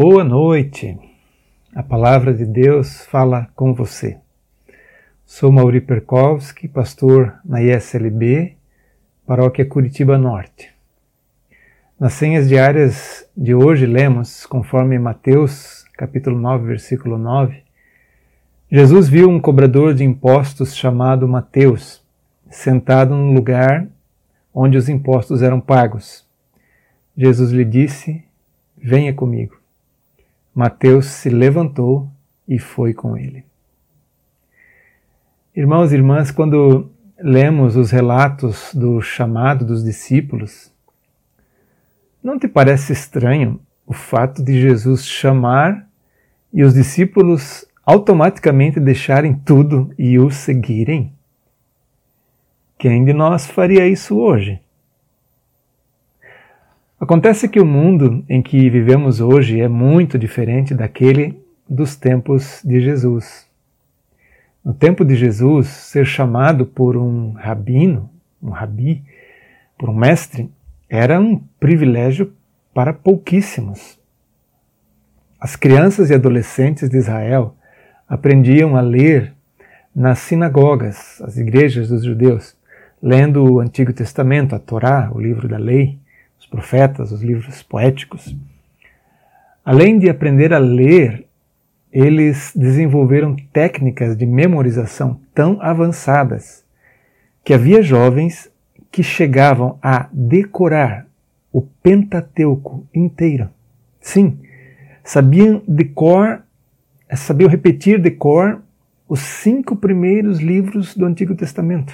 Boa noite, a palavra de Deus fala com você. Sou Mauri Perkowski, pastor na ISLB, paróquia Curitiba Norte. Nas senhas diárias de hoje lemos, conforme Mateus capítulo 9, versículo 9, Jesus viu um cobrador de impostos chamado Mateus, sentado num lugar onde os impostos eram pagos. Jesus lhe disse: venha comigo. Mateus se levantou e foi com ele. Irmãos e irmãs, quando lemos os relatos do chamado dos discípulos, não te parece estranho o fato de Jesus chamar e os discípulos automaticamente deixarem tudo e o seguirem? Quem de nós faria isso hoje? Acontece que o mundo em que vivemos hoje é muito diferente daquele dos tempos de Jesus. No tempo de Jesus, ser chamado por um rabino, um rabi, por um mestre, era um privilégio para pouquíssimos. As crianças e adolescentes de Israel aprendiam a ler nas sinagogas, as igrejas dos judeus, lendo o Antigo Testamento, a Torá, o livro da lei, os profetas, os livros poéticos. Além de aprender a ler, eles desenvolveram técnicas de memorização tão avançadas que havia jovens que chegavam a decorar o Pentateuco inteiro. Sim, sabiam repetir de cor os 5 primeiros livros do Antigo Testamento.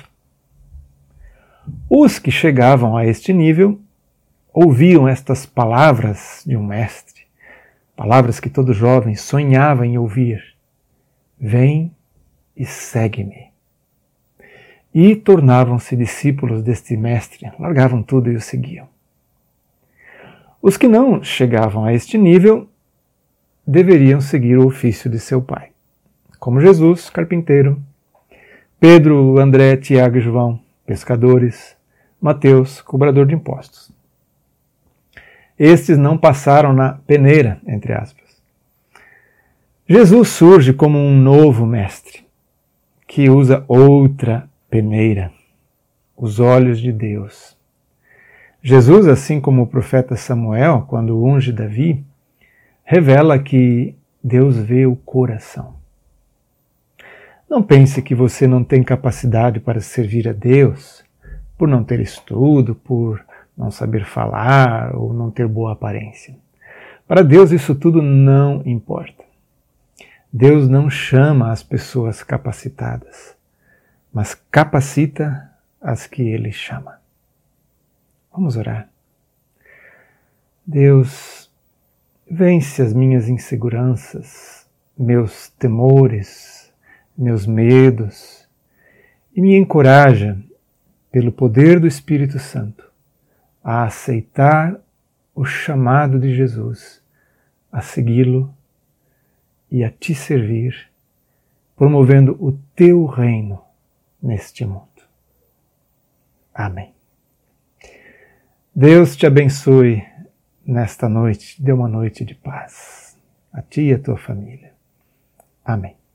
Os que chegavam a este nível ouviam estas palavras de um mestre, palavras que todo jovem sonhava em ouvir: vem e segue-me. E tornavam-se discípulos deste mestre, largavam tudo e o seguiam. Os que não chegavam a este nível deveriam seguir o ofício de seu pai, como Jesus, carpinteiro, Pedro, André, Tiago e João, pescadores, Mateus, cobrador de impostos. Estes não passaram na peneira, entre aspas. Jesus surge como um novo mestre, que usa outra peneira, os olhos de Deus. Jesus, assim como o profeta Samuel, quando unge Davi, revela que Deus vê o coração. Não pense que você não tem capacidade para servir a Deus por não ter estudo, por não saber falar ou não ter boa aparência. Para Deus isso tudo não importa. Deus não chama as pessoas capacitadas, mas capacita as que Ele chama. Vamos orar. Deus, vence as minhas inseguranças, meus temores, meus medos e me encoraja, pelo poder do Espírito Santo, a aceitar o chamado de Jesus, a segui-lo e a te servir, promovendo o teu reino neste mundo. Amém. Deus te abençoe nesta noite, dê uma noite de paz a ti e a tua família. Amém.